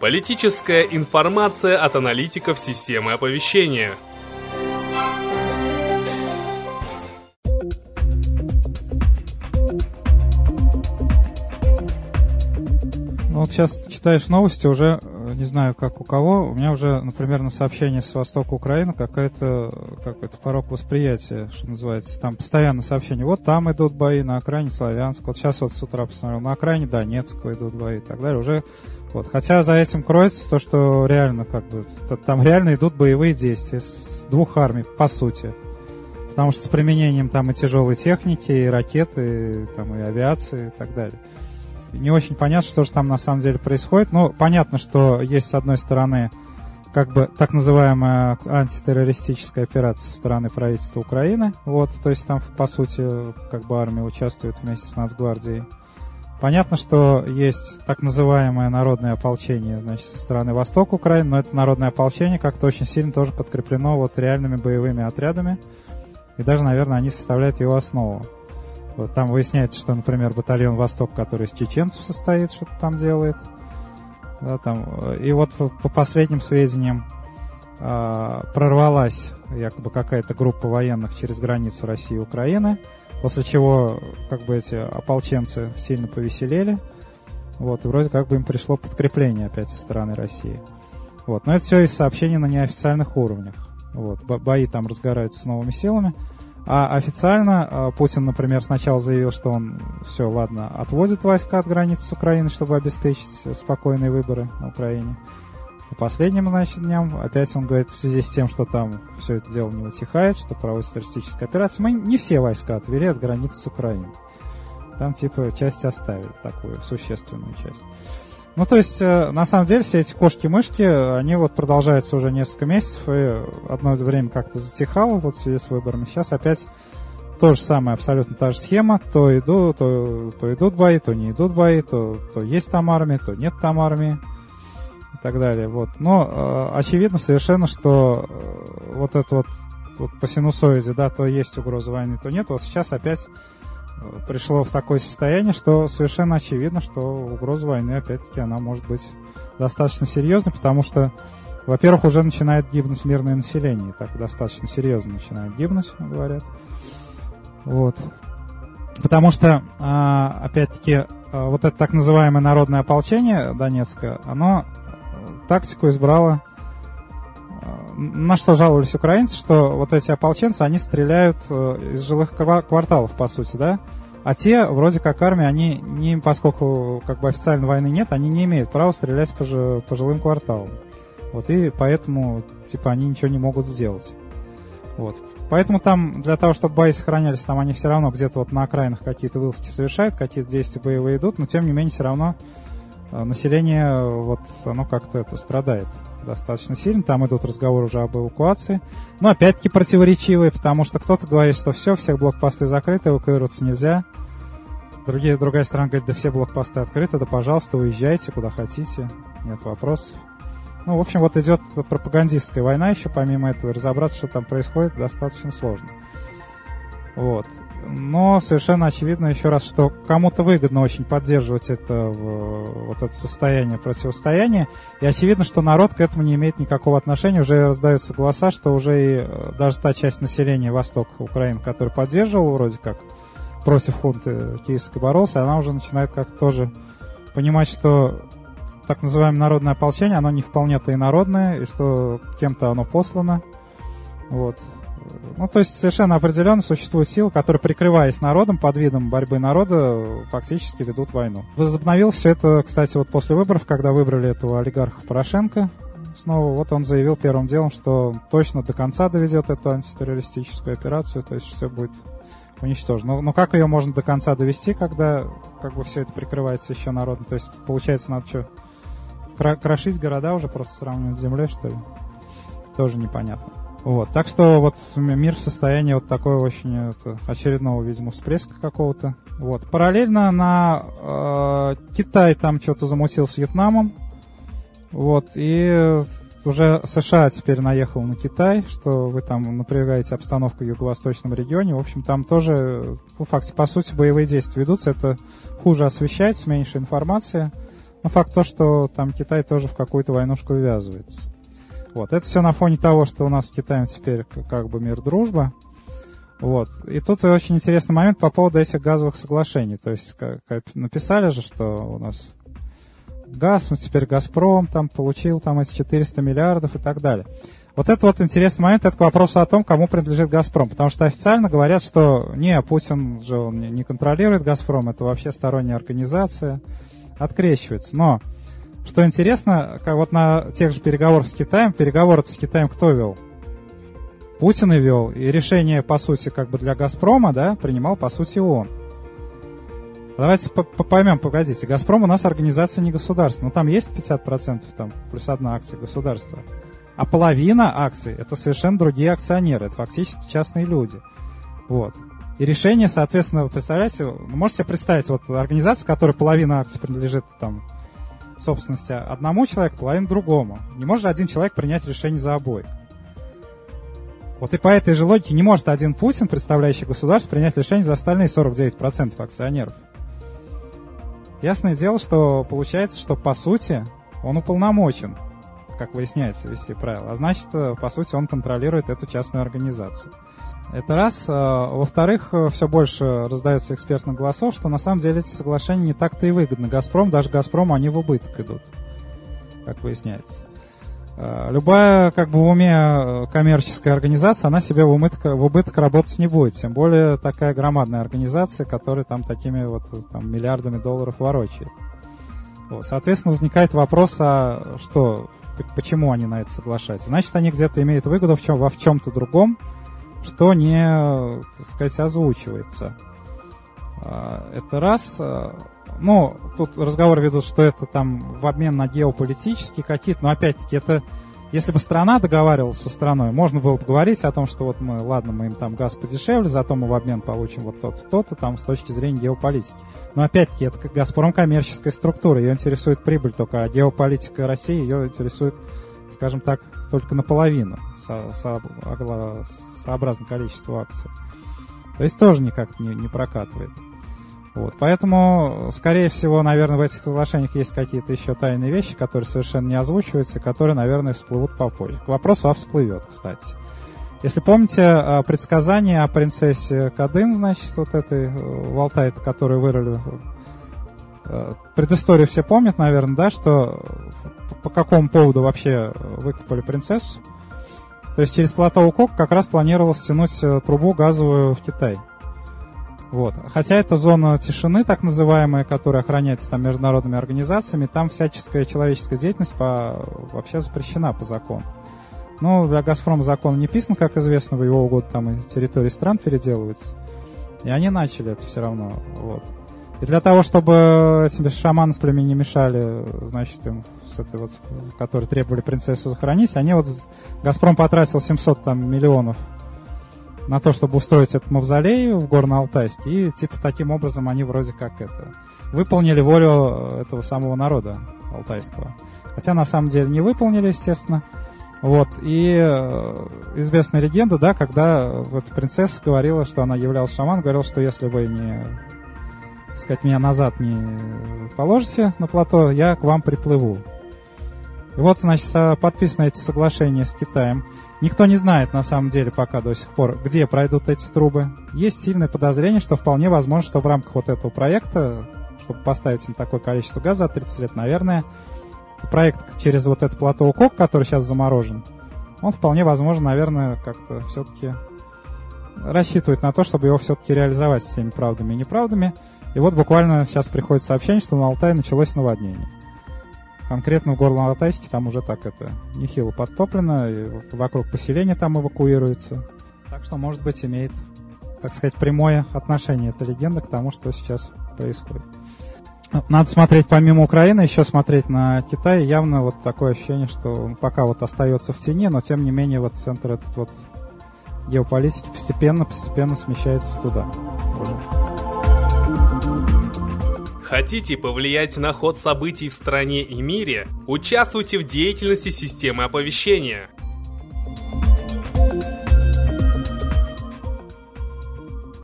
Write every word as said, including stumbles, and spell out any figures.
Политическая информация от аналитиков системы оповещения. Ну, вот сейчас читаешь новости, уже не знаю, как у кого, у меня уже, например, на сообщение с востока Украины какая-то, какой-то порог восприятия, что называется. Там постоянно сообщения, вот там идут бои, на окраине Славянска, вот сейчас вот с утра посмотрел, на окраине Донецка идут бои и так далее. Уже, вот. Хотя за этим кроется то, что реально, как бы, там реально идут боевые действия с двух армий, по сути. Потому что с применением там и тяжелой техники, и ракеты, и, там, и авиации и так далее. Не очень понятно, что же там на самом деле происходит. Ну, понятно, что есть, с одной стороны, как бы так называемая антитеррористическая операция со стороны правительства Украины. Вот, то есть там, по сути, как бы армия участвует вместе с Нацгвардией. Понятно, что есть так называемое народное ополчение, значит, со стороны востока Украины, но это народное ополчение как-то очень сильно тоже подкреплено вот реальными боевыми отрядами. И даже, наверное, они составляют его основу. Вот там выясняется, что, например, батальон «Восток», который из чеченцев состоит, что-то там делает. Да, там. И вот по последним сведениям а, прорвалась якобы какая-то группа военных через границу России и Украины, после чего как бы эти ополченцы сильно повеселели. Вот, и вроде как бы им пришло подкрепление опять со стороны России. Вот. Но это все из сообщений на неофициальных уровнях. Вот. Бои там разгораются с новыми силами. А официально э, Путин, например, сначала заявил, что он, все, ладно, отводит войска от границы с Украины, чтобы обеспечить спокойные выборы на Украине. По последним, значит, дням опять он говорит, в связи с тем, что там все это дело не утихает, что проводится террористическая операция, мы не все войска отвели от границы с Украиной. Там, типа, часть оставили, такую существенную часть. Ну, то есть, э, на самом деле, все эти кошки-мышки, они вот продолжаются уже несколько месяцев, и одно время как-то затихало вот в связи с выборами. Сейчас опять то же самое, абсолютно та же схема. То идут, то, то идут бои, то не идут бои, то, то есть там армия, то нет там армии и так далее. Вот. Но э, очевидно совершенно, что э, вот это вот, вот по синусоиде, да, то есть угроза войны, то нет. Вот сейчас опять пришло в такое состояние, что совершенно очевидно, что угроза войны, опять-таки, она может быть достаточно серьезной, потому что, во-первых, уже начинает гибнуть мирное население, и так достаточно серьезно начинает гибнуть, говорят. Вот. Потому что, опять-таки, вот это так называемое народное ополчение Донецкое, оно тактику избрало, на что жаловались украинцы, что вот эти ополченцы, они стреляют из жилых кварталов, по сути, да, а те, вроде как армия, они, не, поскольку как бы официально войны нет, они не имеют права стрелять по, ж, по жилым кварталам. Вот, и поэтому, типа, они ничего не могут сделать. Вот. Поэтому там, для того, чтобы бои сохранялись, там они все равно где-то вот на окраинах какие-то вылазки совершают, какие-то действия боевые идут, но тем не менее все равно население, вот, оно как-то это страдает достаточно сильно. Там идут разговоры уже об эвакуации. Но опять-таки противоречивые, потому что кто-то говорит, что все, всех блокпосты закрыты, эвакуироваться нельзя. Другие, другая сторона говорит, да все блокпосты открыты, да пожалуйста, уезжайте куда хотите, нет вопросов. Ну, в общем, вот идет пропагандистская война еще, помимо этого, и разобраться, что там происходит, достаточно сложно. Вот. Но совершенно очевидно еще раз, что кому-то выгодно очень поддерживать это, вот это состояние противостояния. И очевидно, что народ к этому не имеет никакого отношения. Уже раздаются голоса, что уже и даже та часть населения Востока Украины, которая поддерживала вроде как против хунты киевской боролся, она уже начинает как-то тоже понимать, что так называемое народное ополчение, оно не вполне-то и народное, и что кем-то оно послано. Вот. Ну, то есть совершенно определенно существуют силы, которые, прикрываясь народом, под видом борьбы народа, фактически ведут войну. Возобновилось все это, кстати, вот после выборов, когда выбрали этого олигарха Порошенко снова, вот он заявил первым делом, что точно до конца доведет эту антитеррористическую операцию, то есть все будет уничтожено. Но, но как ее можно до конца довести, когда как бы все это прикрывается еще народом? То есть, получается, надо что, кра- крошить города уже, просто сравнивать с землей, что ли? Тоже непонятно. Вот, так что вот мир в состоянии вот такого очень это, очередного, видимо, всплеска какого-то. Вот. Параллельно на э, Китай там что-то замутил с Вьетнамом. Вот, и уже США теперь наехал на Китай, что вы там напрягаете обстановку в юго-восточном регионе. В общем, там тоже, ну, факте, по сути, боевые действия ведутся. Это хуже освещается, меньше информации. Но факт то, что там Китай тоже в какую-то войнушку ввязывается. Вот. Это все на фоне того, что у нас с Китаем теперь как бы мир-дружба. Вот. И тут очень интересный момент по поводу этих газовых соглашений. То есть как, как написали же, что у нас газ, ну теперь «Газпром» там получил там эти четыреста миллиардов и так далее. Вот это вот интересный момент, это к вопросу о том, кому принадлежит «Газпром». Потому что официально говорят, что не, Путин же он не контролирует «Газпром», это вообще сторонняя организация, открещивается. Но, что интересно, как вот на тех же переговорах с Китаем, переговоры с Китаем кто вел? Путин и вел. И решение, по сути, как бы для «Газпрома», да, принимал, по сути, он. Давайте поймем, погодите. «Газпром» у нас организация не государства. Но там есть пятьдесят процентов, там, плюс одна акция государства. А половина акций — это совершенно другие акционеры. Это фактически частные люди. Вот. И решение, соответственно, вы представляете, вы можете себе представить, вот организация, которой половина акций принадлежит там собственности одному человеку, половина другому. Не может один человек принять решение за обоих. Вот и по этой же логике не может один Путин, представляющий государство, принять решение за остальные сорок девять процентов акционеров. Ясное дело, что получается, что по сути он уполномочен, как выясняется, вести правила. А значит, по сути, он контролирует эту частную организацию. Это раз. Во-вторых, все больше раздается экспертных голосов, что на самом деле эти соглашения не так-то и выгодны. «Газпром», даже «Газпрому» они в убыток идут, как выясняется. Любая, как бы, в уме коммерческая организация, она себе в убыток, в убыток работать не будет. Тем более такая громадная организация, которая там такими вот там, миллиардами долларов ворочает. Вот. Соответственно, возникает вопрос, а что, почему они на это соглашаются? Значит, они где-то имеют выгоду в чем, во в чем-то другом, что не, так сказать, озвучивается. Это раз. Ну, тут разговор ведут, что это там в обмен на геополитические какие-то, но опять-таки это, если бы страна договаривалась со страной, можно было бы говорить о том, что вот мы, ладно, мы им там газ подешевле, зато мы в обмен получим вот то-то, то-то, там с точки зрения геополитики. Но опять-таки это «Газпром» коммерческая структура, ее интересует прибыль только, а геополитика России ее интересует, скажем так, только наполовину, со, со, сообразно количеству акций. То есть тоже никак не, не прокатывает. Вот, поэтому, скорее всего, наверное, в этих соглашениях есть какие-то еще тайные вещи, которые совершенно не озвучиваются, которые, наверное, всплывут попозже. К вопросу а всплывет, кстати. Если помните предсказание о принцессе Кадын, значит, вот этой в Алтае, которую вырыли, предысторию все помнят, наверное, да, что по какому поводу вообще выкопали принцессу. То есть через плато Укок как раз планировалось стянуть трубу газовую в Китай. Вот. Хотя это зона тишины, так называемая, которая охраняется там международными организациями, там всяческая человеческая деятельность по, вообще запрещена по закону. Ну, для «Газпрома» закон не писан, как известно, в его угоду там и территории стран переделываются. И они начали это все равно. Вот. И для того, чтобы этим шаманы с племени не мешали, значит, им, с этой вот, которые требовали принцессу захоронить, они вот, «Газпром» потратил семьсот там, миллионов на то, чтобы устроить этот мавзолей в Горно-Алтайске, и типа таким образом они вроде как это выполнили волю этого самого народа алтайского. Хотя на самом деле не выполнили, естественно. Вот. И э, известная легенда, да, когда вот принцесса говорила, что она являлась шаманом, говорила, что если вы не, так сказать, меня назад не положите на плато, я к вам приплыву. И вот, значит, подписаны эти соглашения с Китаем. Никто не знает, на самом деле, пока до сих пор, где пройдут эти трубы. Есть сильное подозрение, что вполне возможно, что в рамках вот этого проекта, чтобы поставить им такое количество газа за тридцать лет, наверное, проект через вот это плато Укок, который сейчас заморожен, он вполне возможно, наверное, как-то все-таки рассчитывает на то, чтобы его все-таки реализовать всеми правдами и неправдами. И вот буквально сейчас приходит сообщение, что на Алтае началось наводнение. Конкретно в Горно-Алтайске там уже так это нехило подтоплено, и вокруг поселения там эвакуируется. Так что, может быть, имеет, так сказать, прямое отношение эта легенда к тому, что сейчас происходит. Надо смотреть помимо Украины, еще смотреть на Китай. Явно вот такое ощущение, что он пока вот остается в тени, но тем не менее вот центр этот вот геополитики постепенно-постепенно смещается туда. Уже. Хотите повлиять на ход событий в стране и мире? Участвуйте в деятельности системы оповещения.